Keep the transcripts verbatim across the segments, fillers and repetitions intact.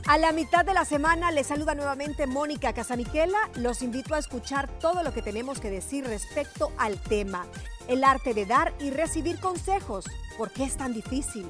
A la mitad de la semana les saluda nuevamente Mónica Casamiquela. Los invito a escuchar todo lo que tenemos que decir respecto al tema, el arte de dar y recibir consejos. ¿Por qué es tan difícil?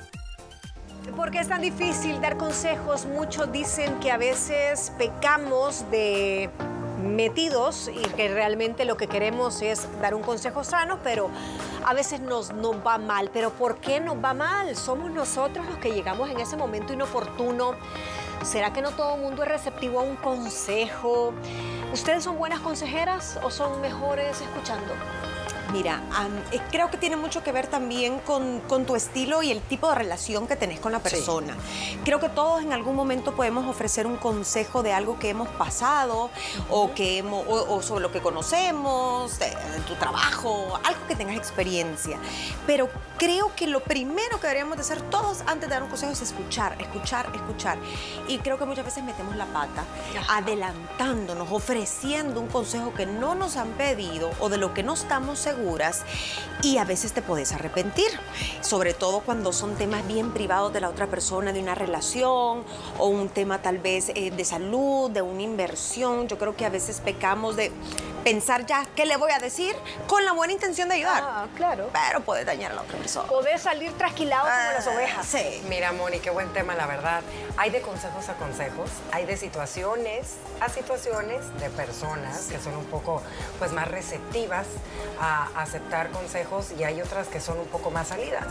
¿Por qué es tan difícil dar consejos? Muchos dicen que a veces pecamos de metidos y que realmente lo que queremos es dar un consejo sano, pero a veces nos, nos va mal. ¿Pero por qué nos va mal? Somos nosotros los que llegamos en ese momento inoportuno. ¿Será que no todo el mundo es receptivo a un consejo? ¿Ustedes son buenas consejeras o son mejores escuchando? Mira, um, eh, creo que tiene mucho que ver también con, con tu estilo y el tipo de relación que tenés con la persona. Sí. Creo que todos en algún momento podemos ofrecer un consejo de algo que hemos pasado uh-huh. o, que hemos, o, o sobre lo que conocemos, de, de tu trabajo, algo que tengas experiencia. Pero creo que lo primero que deberíamos de hacer todos antes de dar un consejo es escuchar, escuchar, escuchar. Y creo que muchas veces metemos la pata Ajá. adelantándonos, ofreciendo un consejo que no nos han pedido o de lo que no estamos seguros. Y a veces te puedes arrepentir, sobre todo cuando son temas bien privados de la otra persona, de una relación o un tema tal vez eh, de salud, de una inversión. Yo creo que a veces pecamos de pensar ya qué le voy a decir con la buena intención de ayudar. Ah, claro. Pero puede dañar a la otra persona. Podés salir trasquilado ah, como las ovejas. Sí. Mira, Moni, qué buen tema, la verdad. Hay de consejos a consejos, hay de situaciones a situaciones, de personas que son un poco pues, más receptivas a aceptar consejos y hay otras que son un poco más salidas.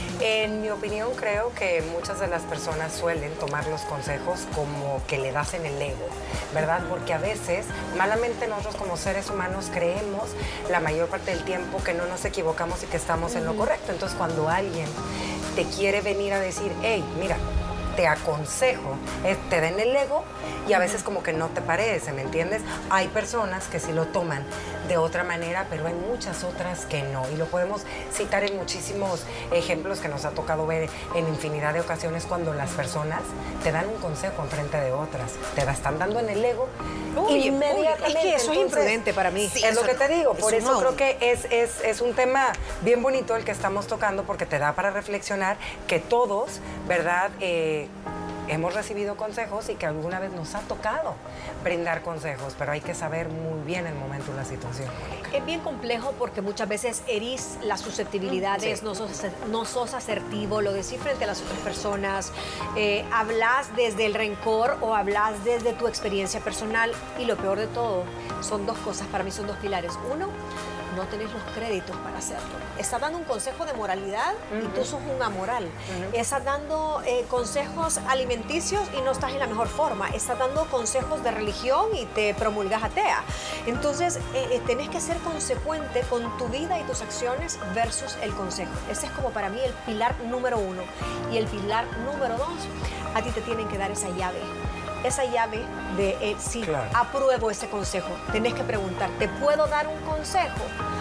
En mi opinión, creo que muchas de las personas suelen tomar los consejos como que le das en el ego, ¿verdad? Porque a veces, malamente nosotros como seres humanos creemos la mayor parte del tiempo que no nos equivocamos y que estamos en lo correcto. Entonces, cuando alguien te quiere venir a decir, hey, mira, te aconsejo, eh, te den el ego y a veces como que no te parece, ¿me entiendes? Hay personas que sí lo toman de otra manera, pero hay muchas otras que no. Y lo podemos citar en muchísimos ejemplos que nos ha tocado ver en infinidad de ocasiones cuando las personas te dan un consejo en frente de otras, te la están dando en el ego. Uy, inmediatamente. Es que eso Entonces, es imprudente para mí. Sí, es lo que te digo, por eso no. creo que es, es, es un tema bien bonito el que estamos tocando porque te da para reflexionar que todos, ¿verdad? Eh, hemos recibido consejos y que alguna vez nos ha tocado brindar consejos, pero hay que saber muy bien el momento y la situación. Es bien complejo porque muchas veces herís las susceptibilidades, sí. no, sos, no sos asertivo, lo decís frente a las otras personas, eh, hablas desde el rencor o hablas desde tu experiencia personal y lo peor de todo son dos cosas, para mí son dos pilares. Uno, no tenés los créditos para hacerlo. Estás dando un consejo de moralidad uh-huh. y tú sos un amoral. Uh-huh. Estás dando eh, consejos alimenticios y no estás en la mejor forma. Estás dando consejos de religión y te promulgas atea. Entonces, eh, tenés que ser consecuente con tu vida y tus acciones versus el consejo. Ese es como para mí el pilar número uno. Y el pilar número dos, a ti te tienen que dar esa llave. Esa llave de eh, sí, claro. apruebo ese consejo. Tenés que preguntar, ¿te puedo dar un consejo?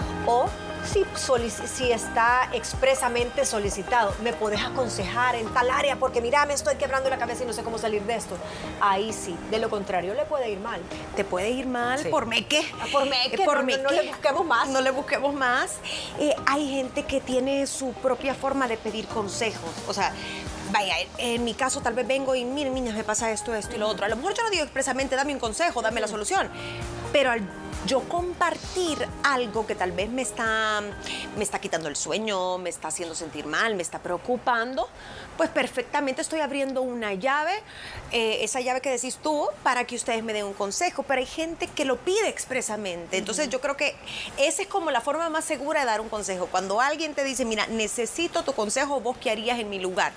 O si, si está expresamente solicitado, ¿me podés aconsejar en tal área? Porque mira, me estoy quebrando la cabeza y no sé cómo salir de esto. Ahí sí, de lo contrario, le puede ir mal. Te puede ir mal sí. por meque. Por meque, por no, meque. No, no le busquemos más. No le busquemos más. Eh, hay gente que tiene su propia forma de pedir consejos. O sea, vaya, en mi caso tal vez vengo y miren, niñas, me pasa esto, esto y lo otro. A lo mejor yo no digo expresamente, dame un consejo, dame la solución. Pero al yo compartir algo que tal vez me está, me está quitando el sueño, me está haciendo sentir mal, me está preocupando, pues perfectamente estoy abriendo una llave, eh, esa llave que decís tú, para que ustedes me den un consejo. Pero hay gente que lo pide expresamente. Entonces, uh-huh. yo creo que esa es como la forma más segura de dar un consejo. Cuando alguien te dice, mira, necesito tu consejo, ¿vos qué harías en mi lugar?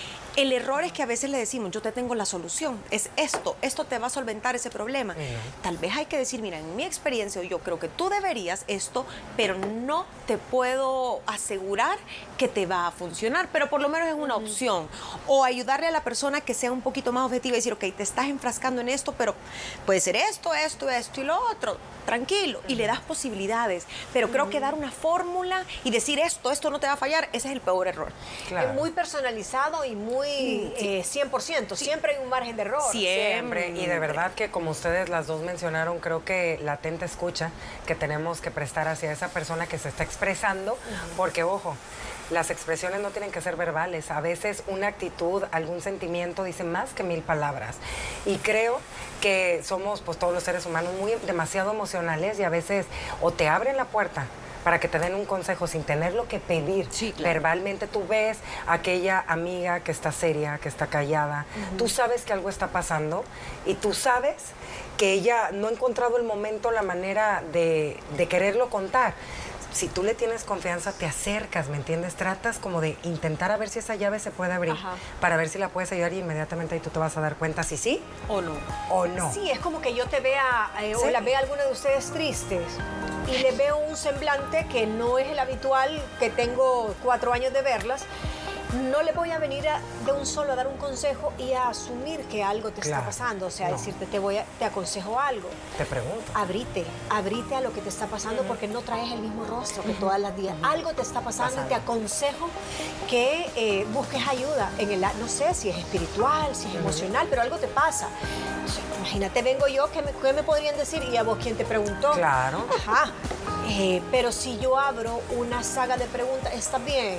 El error es que a veces le decimos, yo te tengo la solución, es esto, esto te va a solventar ese problema. Uh-huh. Tal vez hay que decir, mira, en mi experiencia yo creo que tú deberías esto, pero no te puedo asegurar que te va a funcionar, pero por lo menos es una uh-huh. opción. O ayudarle a la persona que sea un poquito más objetiva y decir, ok, te estás enfrascando en esto, pero puede ser esto, esto, esto y lo otro. Tranquilo, y le das posibilidades, pero uh-huh. creo que dar una fórmula y decir esto, esto no te va a fallar, ese es el peor error. Claro. Es muy personalizado y muy muy eh, cien por ciento, sí. Siempre hay un margen de error. Siempre. Siempre, y de verdad que como ustedes las dos mencionaron, creo que la atenta escucha que tenemos que prestar hacia esa persona que se está expresando, uh-huh. porque ojo, las expresiones no tienen que ser verbales. A veces una actitud, algún sentimiento dice más que mil palabras. Y creo que somos, pues todos los seres humanos, muy demasiado emocionales y a veces o te abren la puerta para que te den un consejo sin tenerlo que pedir. Sí, claro. Verbalmente tú ves a aquella amiga que está seria, que está callada. Uh-huh. Tú sabes que algo está pasando y tú sabes que ella no ha encontrado el momento, la manera de, de quererlo contar. Si tú le tienes confianza, te acercas, ¿me entiendes? Tratas como de intentar a ver si esa llave se puede abrir, ajá, para ver si la puedes ayudar y inmediatamente ahí tú te vas a dar cuenta si sí o no. O no. Sí, es como que yo te vea eh, ¿sí? o la vea a alguna de ustedes tristes y le veo un semblante que no es el habitual, que tengo cuatro años de verlas. No le voy a venir a, de un solo a dar un consejo y a asumir que algo te claro. está pasando. O sea, no. decirte, te, voy a, te aconsejo algo. Te pregunto. Abrite, abrite a lo que te está pasando, uh-huh, porque no traes el mismo rostro que uh-huh. todas las días. Uh-huh. Algo te está pasando, pasando y te aconsejo que eh, busques ayuda. En el, no sé si es espiritual, si es uh-huh. emocional, pero algo te pasa. O sea, imagínate, vengo yo, ¿qué me, qué me podrían decir? Y a vos, ¿quién te preguntó? Claro. Ajá. Eh, pero si yo abro una saga de preguntas, ¿estás bien?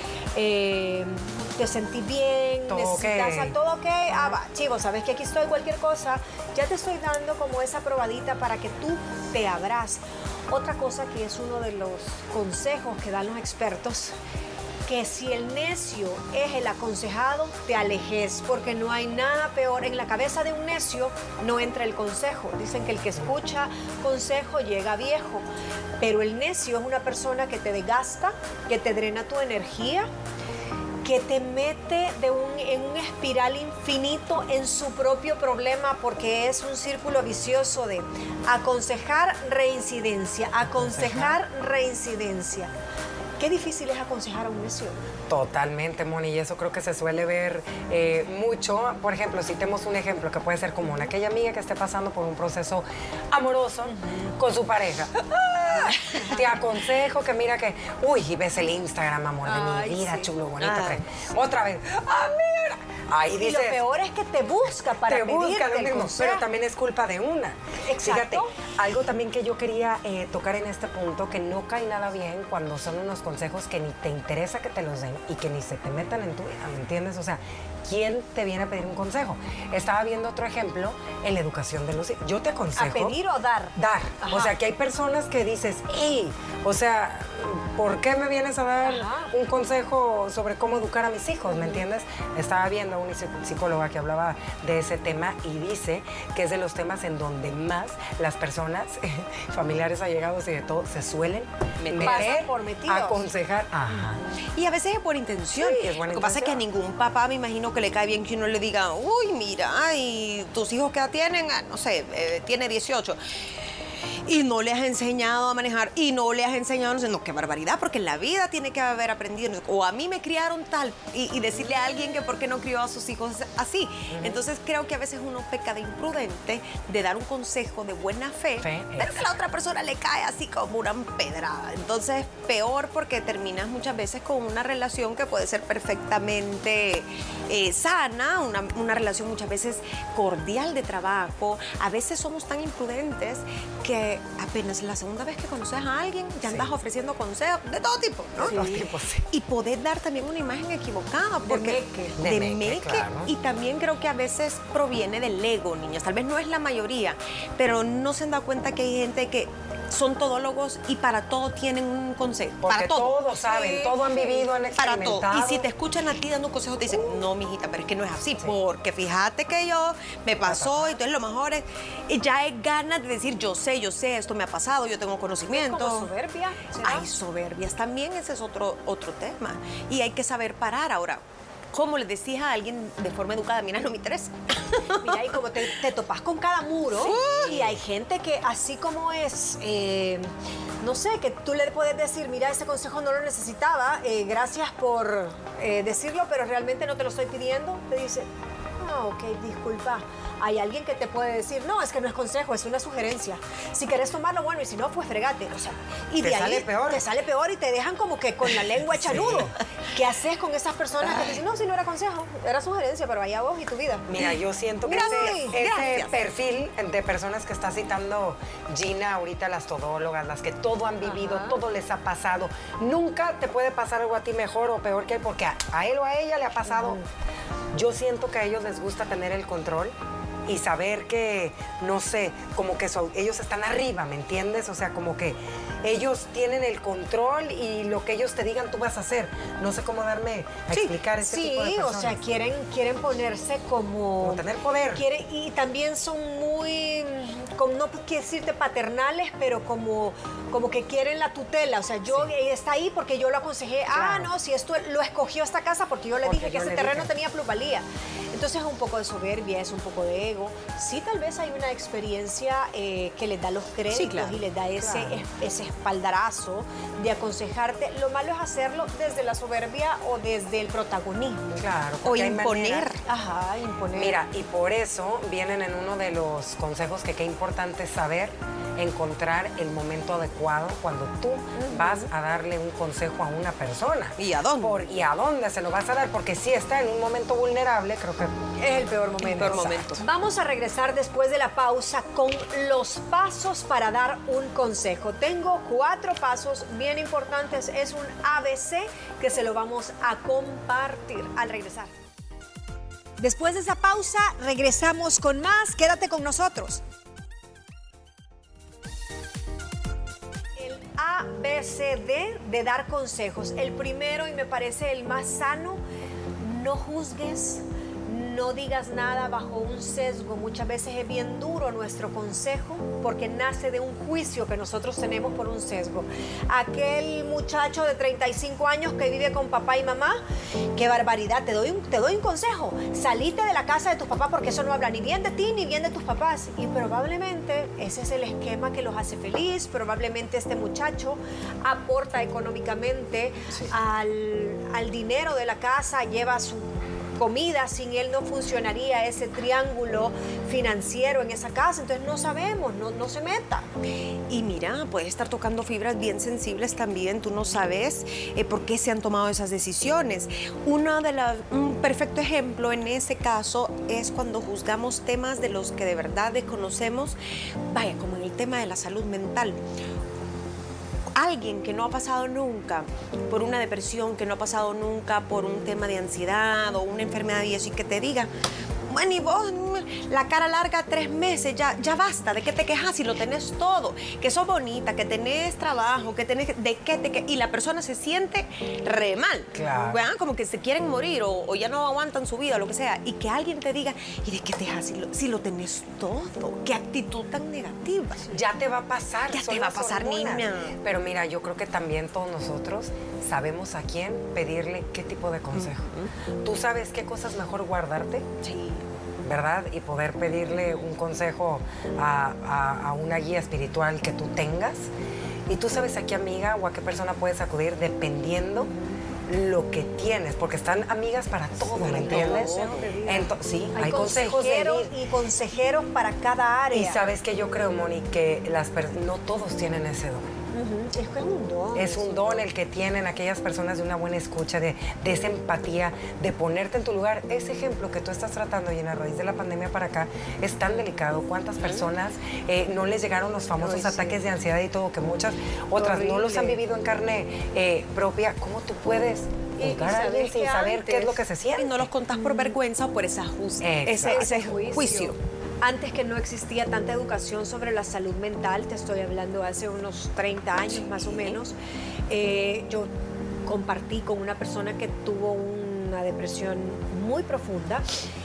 Eh, te sentí bien, todo necesitas okay. a todo ok, ah, va, chivo, sabes que aquí estoy, cualquier cosa, ya te estoy dando como esa probadita para que tú te abras. Otra cosa que es uno de los consejos que dan los expertos, que si el necio es el aconsejado, te alejes, porque no hay nada peor. En la cabeza de un necio no entra el consejo. Dicen que el que escucha consejo llega viejo, pero el necio es una persona que te desgasta, que te drena tu energía, que te mete de un, en un espiral infinito en su propio problema, porque es un círculo vicioso de aconsejar, reincidencia, aconsejar, reincidencia. Qué difícil es aconsejar a un necio. Totalmente, Moni, y eso creo que se suele ver eh, mucho. Por ejemplo, citemos un ejemplo que puede ser común. Aquella amiga que esté pasando por un proceso amoroso uh-huh. con su pareja. Te aconsejo que mira que... Uy, y ves el Instagram, amor Ay, de mi vida, sí. chulo, bonito. Ay, sí. Otra vez. ¡Ah, mira! Ahí y dices, lo peor es que te busca para te busca pedirte lo mismo, consejo. pero también es culpa de una. Exacto. Fíjate, algo también que yo quería eh, tocar en este punto, que no cae nada bien cuando son unos consejos que ni te interesa que te los den y que ni se te metan en tu vida, ¿me entiendes? O sea, ¿quién te viene a pedir un consejo? Estaba viendo otro ejemplo en la educación de los hijos. Yo te aconsejo... ¿A pedir o dar? Dar. Ajá. O sea, que hay personas que dices, hey, o sea, ¿por qué me vienes a dar Ajá. un consejo sobre cómo educar a mis hijos? ¿Me entiendes? Estaba viendo a una psicóloga que hablaba de ese tema y dice que es de los temas en donde más las personas, familiares allegados y de todo, se suelen meter por metidos. Aconsejar. Ajá. Y a veces es por intención. Sí, es buena Lo que pasa es que a intención. ningún papá me imagino que le cae bien que uno le diga, uy, mira, ¿y tus hijos qué edad tienen? Ah, no sé, eh, tiene dieciocho. Y no le has enseñado a manejar, y no le has enseñado, no sé, no, qué barbaridad, porque en la vida tiene que haber aprendido, o a mí me criaron tal, y, y decirle a alguien que por qué no crió a sus hijos así. Uh-huh. Entonces creo que a veces uno peca de imprudente, de dar un consejo de buena fe, fe pero que a la otra persona le cae así como una pedrada. Entonces peor, porque terminas muchas veces con una relación que puede ser perfectamente eh, sana, una, una relación muchas veces cordial de trabajo. A veces somos tan imprudentes que apenas la segunda vez que conoces a alguien ya andas sí. ofreciendo consejos de todo tipo, ¿no? De todo tipo, sí. Y poder dar también una imagen equivocada. Porque, de meque. De, de meque. meque claro. Y también creo que a veces proviene del ego, niñas. Tal vez no es la mayoría, pero no se han dado cuenta que hay gente que son todólogos y para todo tienen un consejo. Porque para todo. todos saben, sí, todo han vivido, han experimentado. Para todo. Y si te escuchan a ti dando un consejo, te dicen, uh. no, mijita, pero es que no es así. Sí. Porque fíjate que yo me pasó, y entonces lo mejor es, ya es ganas de decir, yo sé, yo sé, esto me ha pasado, yo tengo conocimiento. ¿Es como soberbia? ¿Será? Hay soberbias también, ese es otro, otro tema. Y hay que saber parar. Ahora, ¿cómo le decís a alguien de forma educada, mira, no me interesa? Mira, y como te, te topas con cada muro, sí. y hay gente que así como es, eh, no sé, que tú le puedes decir, mira, ese consejo no lo necesitaba, eh, gracias por eh, decirlo, pero realmente no te lo estoy pidiendo, te dice... ah, ok, disculpa. Hay alguien que te puede decir, no, es que no es consejo, es una sugerencia. Si querés tomarlo, bueno, y si no, pues fregate. O sea, y te de sale ahí peor. te sale peor y te dejan como que con la lengua hecha Sí. nudo. ¿Qué haces con esas personas que te dicen, no, si no era consejo, era sugerencia, pero vaya vos y tu vida? Mira, yo siento que Gracias, ese, ese gracias. perfil de personas que está citando Gina ahorita, las todólogas, las que todo han vivido, Ajá. todo les ha pasado, nunca te puede pasar algo a ti mejor o peor que a él, porque a, a él o a ella le ha pasado. Uh-huh. Yo siento que a ellos les gusta tener el control y saber que, no sé, como que so, ellos están arriba, ¿me entiendes? O sea, como que ellos tienen el control y lo que ellos te digan tú vas a hacer. No sé cómo darme a Sí, explicar este sí, tipo de personas. o sea, quieren, quieren ponerse como... Como tener poder. Quieren, y también son muy, como, no quiero decirte paternales, pero como, como que quieren la tutela. O sea, yo Sí. ella está ahí porque yo lo aconsejé. Ah, Claro. no, si esto lo escogió esta casa porque yo le Porque dije que yo ese le terreno dije. tenía plusvalía. Entonces es un poco de soberbia, es un poco de ego. Sí, tal vez hay una experiencia eh, que les da los créditos Sí, claro. y les da ese, Claro. es- ese espaldarazo de aconsejarte. Lo malo es hacerlo desde la soberbia o desde el protagonismo. Claro. O porque hay imponer. maneras. Ajá, imponer. Mira, y por eso vienen en uno de los consejos que qué importante es saber encontrar el momento adecuado cuando tú vas a darle un consejo a una persona. ¿Y a dónde? Por- ¿Y a dónde se lo vas a dar? Porque si está en un momento vulnerable, creo que es el peor momento. El peor momento. Vamos a regresar después de la pausa con los pasos para dar un consejo. Tengo cuatro pasos bien importantes. Es un A B C que se lo vamos a compartir al regresar. Después de esa pausa, regresamos con más. Quédate con nosotros. El A B C D de dar consejos. El primero, y me parece el más sano, no juzgues, no digas nada bajo un sesgo. Muchas veces es bien duro nuestro consejo porque nace de un juicio que nosotros tenemos por un sesgo. Aquel muchacho de treinta y cinco años que vive con papá y mamá, qué barbaridad, te doy un, te doy un consejo. Salite de la casa de tus papás porque eso no habla ni bien de ti ni bien de tus papás. Y probablemente ese es el esquema que los hace feliz. Probablemente este muchacho aporta económicamente al, al dinero de la casa, lleva su comida, sin él no funcionaría ese triángulo financiero en esa casa, entonces no sabemos, no, no se meta. Y mira, puede estar tocando fibras bien sensibles también, tú no sabes eh, por qué se han tomado esas decisiones. Una de las, un perfecto ejemplo en ese caso es cuando juzgamos temas de los que de verdad desconocemos, vaya, como en el tema de la salud mental. Alguien que no ha pasado nunca por una depresión, que no ha pasado nunca por un tema de ansiedad o una enfermedad y eso, y que te diga, bueno, y vos, la cara larga tres meses, ya, ya basta, ¿de qué te quejas si lo tenés todo? Que sos bonita, que tenés trabajo, que tenés, ¿de qué te quejas? Y la persona se siente re mal, Claro. ¿verdad? Como que se quieren morir o, o ya no aguantan su vida, lo que sea, y que alguien te diga, ¿y de qué te quejas si lo, si lo tenés todo? ¿Qué actitud tan negativa? ya te va a pasar. Ya son te va a las pasar, hormonas. niña. Pero mira, yo creo que también todos nosotros sabemos a quién pedirle qué tipo de consejo. Tú sabes qué cosas mejor guardarte, Sí. ¿verdad? Y poder pedirle un consejo a, a- a una guía espiritual que tú tengas. Y tú sabes a qué amiga o a qué persona puedes acudir dependiendo lo que tienes, porque están amigas para todo, ¿me entiendes? consejos de vida. Ento- sí, hay, Hay consejos de consejeros vida. y consejeros para cada área. Y sabes que yo creo, Moni, que las per- no todos tienen ese don. Ujú, es que es un don. Es un don el que tienen aquellas personas de una buena escucha, de, de esa empatía, de ponerte en tu lugar. Ese ejemplo que tú estás tratando, y a raíz de la pandemia para acá, es tan delicado. ¿Cuántas personas eh, no les llegaron los famosos Ay, sí. ataques de ansiedad y todo, que muchas otras no los han Horrible. vivido en carne eh, propia? ¿Cómo tú puedes Y- juzgar y a alguien sabes sin que saber qué es lo antes- que se siente? Y no los contás por vergüenza o por esa juz- Exacto. ese, ese juicio. Antes que no existía tanta educación sobre la salud mental, te estoy hablando hace unos treinta años más o menos, eh, yo compartí con una persona que tuvo una depresión muy profunda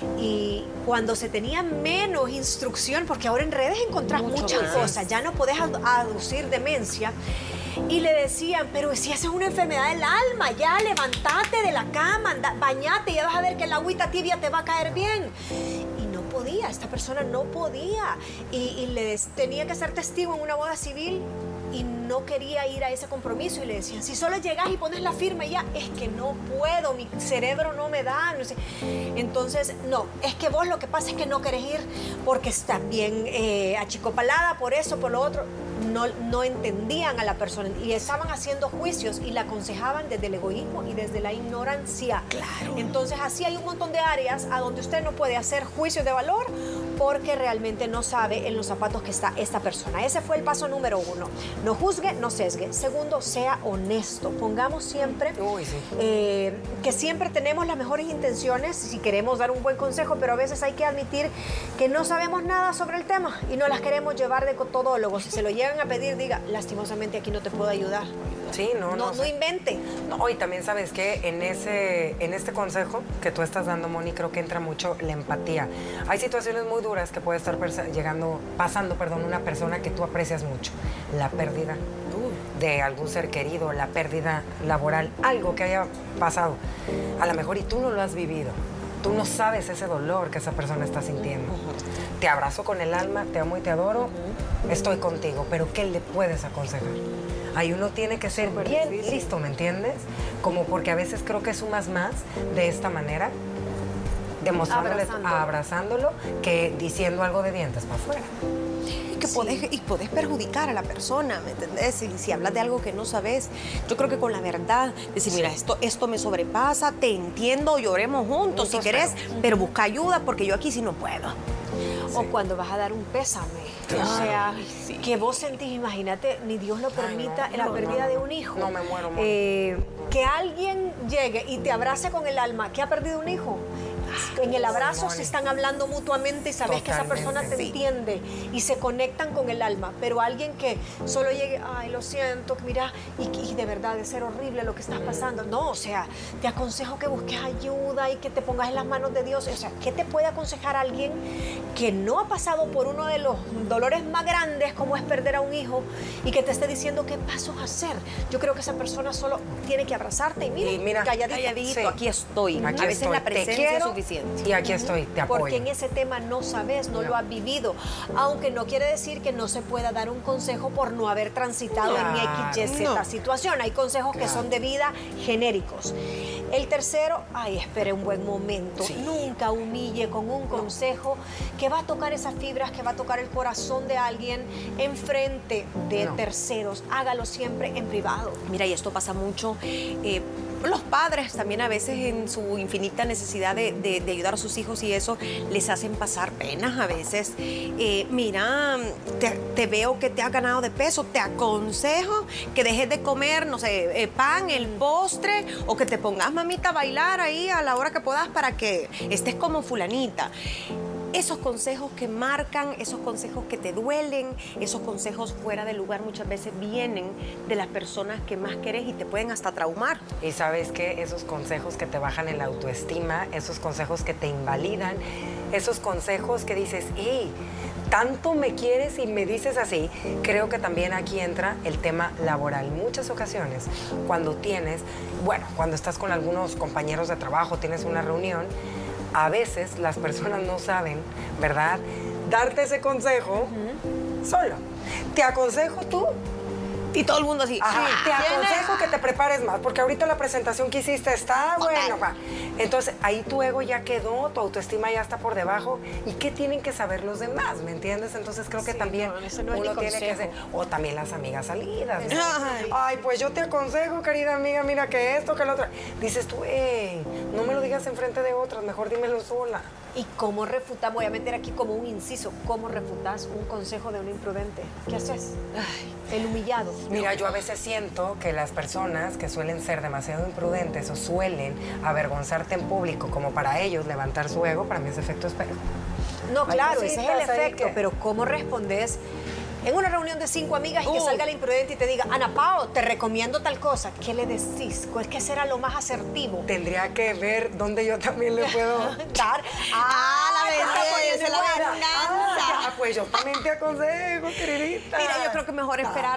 y cuando se tenía menos instrucción, porque ahora en redes encontrás Mucho muchas más. cosas, ya no podés ad- aducir demencia, y le decían, pero si esa es una enfermedad del alma, ya levántate de la cama, anda, bañate, ya vas a ver que el agüita tibia te va a caer bien. Y no podía, esta persona no podía. Y, y le des- tenía que ser testigo en una boda civil y no quería ir a ese compromiso y le decían, si solo llegas y pones la firma y ya, es que no puedo, mi cerebro no me da, no sé. Entonces, no, es que vos lo que pasa es que no querés ir porque estás bien eh, achicopalada por eso, por lo otro. No, no entendían a la persona y estaban haciendo juicios y la aconsejaban desde el egoísmo y desde la ignorancia. Claro. Entonces, así hay un montón de áreas a donde usted no puede hacer juicios de valor porque realmente no sabe en los zapatos que está esta persona. Ese fue el paso número uno. No juzgue, no sesgue. Segundo, sea honesto. Pongamos siempre Uy, sí. eh, que siempre tenemos las mejores intenciones si queremos dar un buen consejo, pero a veces hay que admitir que no sabemos nada sobre el tema y no las queremos llevar de todólogos. Si se lo llegan a pedir, diga, lastimosamente aquí no te puedo ayudar. Sí, no, no. No, no invente. No, y también sabes que en ese, en este consejo que tú estás dando, Moni, creo que entra mucho la empatía. Hay situaciones muy duras que puede estar llegando, pasando, perdón, una persona que tú aprecias mucho. La pérdida de algún ser querido, la pérdida laboral, algo que haya pasado. A lo mejor y tú no lo has vivido. Tú no sabes ese dolor que esa persona está sintiendo. Te abrazo con el alma, te amo y te adoro, estoy contigo, pero ¿qué le puedes aconsejar? Ahí uno tiene que ser bien listo, ¿me entiendes? Como porque a veces creo que sumas más de esta manera, demostrándole, Abrazándolo. abrazándolo, que diciendo algo de dientes para afuera. Y que podés, y podés perjudicar a la persona, ¿me entendés? Y si hablas de algo que no sabes, yo creo que con la verdad, decir, mira, esto, esto me sobrepasa, te entiendo, lloremos juntos, Juntos, si querés, pero- pero busca ayuda porque yo aquí sí no puedo. O cuando vas a dar un pésame. Claro. O sea, que vos sentís, imagínate, ni Dios lo permita, no, la no, pérdida no, de no. un hijo. No, me muero, Moni. Eh, que alguien llegue y te abrace con el alma, que ha perdido un hijo. En el abrazo Moni. se están hablando mutuamente y sabes que esa persona te Totalmente. Sí. entiende y se conectan con el alma. Pero alguien que solo llegue, ay, lo siento, que mira, y, y de verdad de ser horrible lo que estás pasando. No, o sea, te aconsejo que busques ayuda y que te pongas en las manos de Dios. O sea, ¿qué te puede aconsejar alguien que no ha pasado por uno de los dolores más grandes como es perder a un hijo y que te esté diciendo qué pasos hacer? Yo creo que esa persona solo tiene que abrazarte y mira, Y mira, calladito. Calladito, Sí. aquí estoy. Aquí a veces estoy, la te presencia quiero es suficiente. Y aquí estoy, te apoyo. Porque en ese tema no sabes, no, No. lo has vivido. Aunque no quiere decir que no se pueda dar un consejo por no haber transitado en Claro. X, Y, Z No. situación. Hay consejos que Claro. son de vida genéricos. El tercero, ay, espere un buen momento. Sí. Nunca humille con un consejo que va a tocar esas fibras, que va a tocar el corazón de alguien enfrente de No. terceros. Hágalo siempre en privado. Mira, y esto pasa mucho. eh, los padres también a veces en su infinita necesidad de, de- de ayudar a sus hijos y eso les hacen pasar penas a veces. Eh, mira, te, te veo que te has ganado de peso, te aconsejo que dejes de comer, no sé, eh, pan, el postre o que te pongas, mamita, a bailar ahí a la hora que puedas para que estés como fulanita. Esos consejos que marcan, esos consejos que te duelen, esos consejos fuera de lugar muchas veces vienen de las personas que más querés y te pueden hasta traumar. Y sabes que esos consejos que te bajan en la autoestima, esos consejos que te invalidan, esos consejos que dices, ¡hey! Tanto me quieres y me dices así. Creo que también aquí entra el tema laboral. Muchas ocasiones, cuando tienes, bueno, cuando estás con algunos compañeros de trabajo, tienes una reunión, a veces las personas no saben, ¿verdad? Darte ese consejo solo. Te aconsejo tú. Y todo el mundo así. Ajá, "Sí, te ¿quién es?". aconsejo que te prepares más, porque ahorita la presentación que hiciste está bueno. Pa. Entonces, ahí tu ego ya quedó, tu autoestima ya está por debajo. ¿Y qué tienen que saber los demás? ¿Me entiendes? Entonces, creo que Sí, también no, eso no es uno ni tiene que hacer. consejo. O también las amigas salidas. ¿no? Ay. Ay, pues yo te aconsejo, querida amiga, mira que esto, que lo otro. Dices tú, hey, no me lo digas enfrente de otras, mejor dímelo sola. ¿Y cómo refutas? Voy a meter aquí como un inciso. ¿Cómo refutas un consejo de un imprudente? ¿Qué haces? El humillado. Mira, yo a veces siento que las personas que suelen ser demasiado imprudentes o suelen avergonzarte en público como para ellos levantar su ego, para mí es efecto espejo. No, Hay claro, ese es el cositas ahí efecto, que- pero ¿cómo respondes en una reunión de cinco amigas y que Uh. salga la imprudente y te diga, Ana Pao, te recomiendo tal cosa? ¿Qué le decís? ¿Cuál que será lo más asertivo? Tendría que ver dónde yo también le puedo... Dar. Ah, la belleza, la venganza. venganza. Ah, pues yo también te aconsejo, queridita. Mira, yo creo que mejor esperar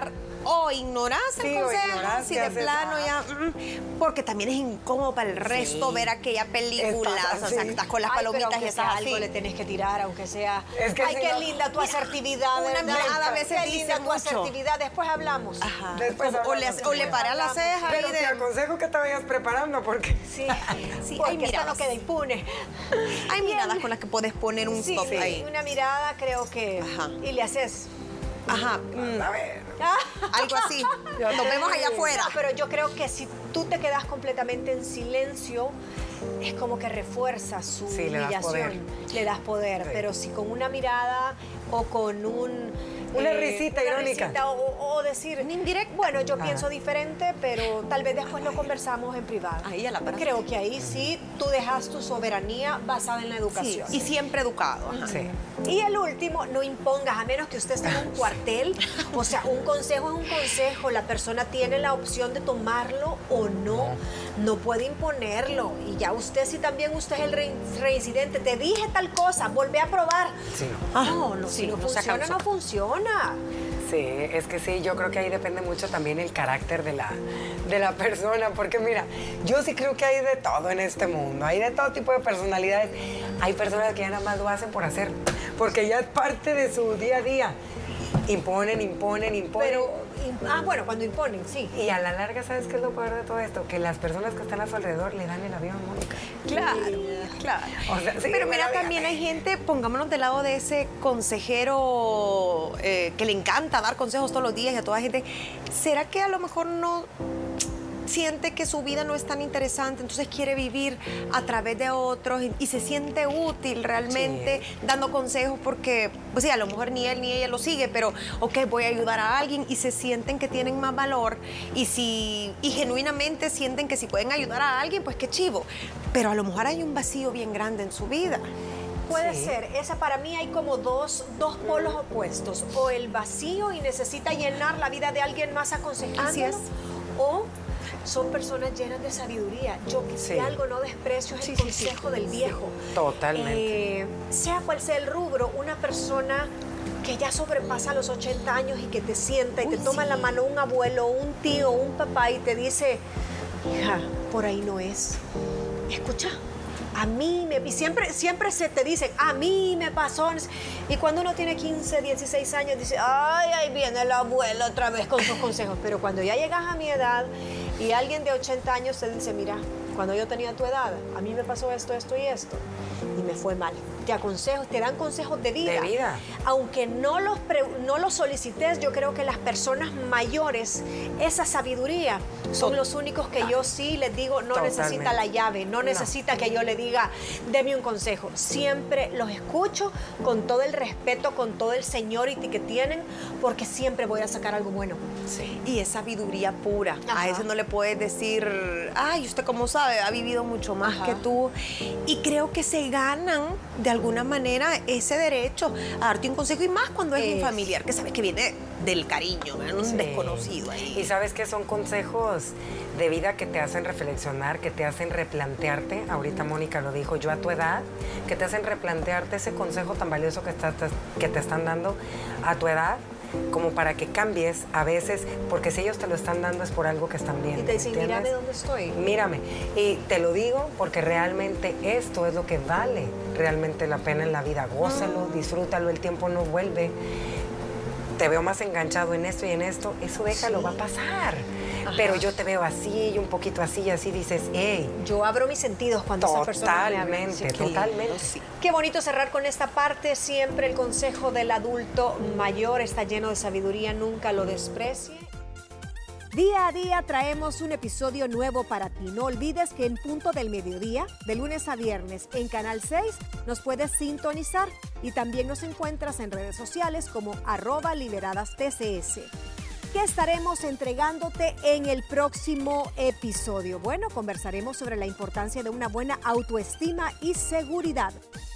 o ignorás Sí, el o consejo, ignorás, si ¿qué de haces? plano Ah. ya, mm, porque también es incómodo para el resto ver aquella película, Estás o sea, así. que estás con las Ay, pero palomitas y aunque estás sea así. algo le tenés que tirar, aunque sea. Es que Ay, si qué no- linda tu asertividad, una ¿verdad? mirada a veces Qué dice linda tu mucho. asertividad, después hablamos. Ajá. Después o, o le, hablamos, o le sí. paras la ceja Pero y te de... aconsejo que te vayas preparando porque... Sí, Sí, porque hay esta no miradas. queda impune. Hay miradas con las que puedes poner un Sí, stop sí, ahí. una mirada creo que... Ajá. Y le haces... Ajá, mm, A ver. algo así. Nos vemos allá afuera. No, pero yo creo que si tú te quedas completamente en silencio, es como que refuerza su Sí, le das humillación. poder. Le das poder. Sí. Pero si con una mirada o con un... eh, Una risita una irónica. risita o, o decir, Un indirecto. bueno, yo Ajá. pienso diferente, pero tal vez después lo conversamos en privado. Ahí a la paraste. Creo que ahí sí tú dejas tu soberanía basada en la Sí, educación. y siempre educado. Ajá. Sí. Y el último, no impongas, a menos que usted esté en un cuartel. O sea, un consejo es un consejo. La persona tiene la opción de tomarlo o no. No puede imponerlo. Y ya usted, si también usted es el re- reincidente, te dije tal cosa, volvé a probar. Sí. No, no, sí, si no, no se funciona, alcanzó. no funciona. Sí, es que sí, yo creo que ahí depende mucho también el carácter de la, de la persona, porque mira, yo sí creo que hay de todo en este mundo, hay de todo tipo de personalidades. Hay personas que ya nada más lo hacen por hacer, porque ya es parte de su día a día. Imponen, imponen, imponen. Pero, im- ah, bueno, cuando imponen, sí. Y a la larga, ¿sabes qué es lo peor de todo esto? Que las personas que están a su alrededor le dan el avión, Mónica. Claro, claro. O sea, sí, Pero mira, bueno, también dígame. hay gente, pongámonos del lado de ese consejero eh, que le encanta dar consejos todos los días y a toda gente. ¿Será que a lo mejor no siente que su vida no es tan interesante, entonces quiere vivir a través de otros y, y se siente útil realmente dando consejos porque, pues sí, a lo mejor ni él ni ella lo sigue, pero ok, voy a ayudar a alguien y se sienten que tienen más valor y si y genuinamente sienten que si pueden ayudar a alguien, pues qué chivo, pero a lo mejor hay un vacío bien grande en su vida. Puede Sí. ser, esa para mí hay como dos, dos polos opuestos, o el vacío y necesita llenar la vida de alguien más aconsejándolo, Así es. o son personas llenas de sabiduría. Yo que si Sí. algo no desprecio es el Sí, sí, sí. consejo del viejo. Totalmente. Eh, sea cual sea el rubro, una persona que ya sobrepasa los ochenta años y que te sienta y Uy, te toma sí. la mano un abuelo, un tío, un papá y te dice, hija, por ahí no es. Escucha, a mí me... Y siempre, siempre se te dicen, a mí me pasó. Y cuando uno tiene quince, dieciséis años, dice, ay, ahí viene el abuelo otra vez con sus consejos. Pero cuando ya llegas a mi edad y alguien de ochenta años te dice, mira, cuando yo tenía tu edad, a mí me pasó esto, esto y esto, y me fue mal. Te aconsejo, te dan consejos de vida. De vida. Aunque no los, pre- no los solicites, yo creo que las personas mayores, esa sabiduría, son Tot- los únicos que yo sí les digo, no Totalmente. necesita la llave, no No. necesita que yo le diga, deme un consejo. Siempre los escucho con todo el respeto, con todo el seniority que tienen, porque siempre voy a sacar algo bueno. Sí. Y es sabiduría pura. Ajá. A ese no le puedes decir, ay, usted cómo sabe, ha vivido mucho más Ajá. que tú. Y creo que se ganan de alguna manera ese derecho a darte un consejo y más cuando es, Es. un familiar que sabes que viene del cariño, ¿verdad? Un Sí. desconocido ahí. Y sabes que son consejos de vida que te hacen reflexionar, que te hacen replantearte. Ahorita Mónica lo dijo, yo a tu edad, que te hacen replantearte ese consejo tan valioso que, estás, que te están dando a tu edad, como para que cambies a veces, porque si ellos te lo están dando es por algo que están viendo. Y te dicen, ¿entiendes? mírame dónde estoy. Mírame. Y te lo digo porque realmente esto es lo que vale realmente la pena en la vida. Gózalo, disfrútalo, el tiempo no vuelve. Te veo más enganchado en esto y en esto, eso déjalo, Sí. va a pasar. Ajá. Pero yo te veo así y un poquito así y así dices, hey, Yo abro mis sentidos cuando esa persona me habla. totalmente, Sí, qué lindo. totalmente. Sí. Qué bonito cerrar con esta parte. Siempre el consejo del adulto mayor está lleno de sabiduría, nunca lo desprecie. Día a día traemos un episodio nuevo para ti. No olvides que en punto del mediodía, de lunes a viernes, en Canal seis, nos puedes sintonizar y también nos encuentras en redes sociales como arroba liberadas T C S. ¿Qué estaremos entregándote en el próximo episodio? Bueno, conversaremos sobre la importancia de una buena autoestima y seguridad.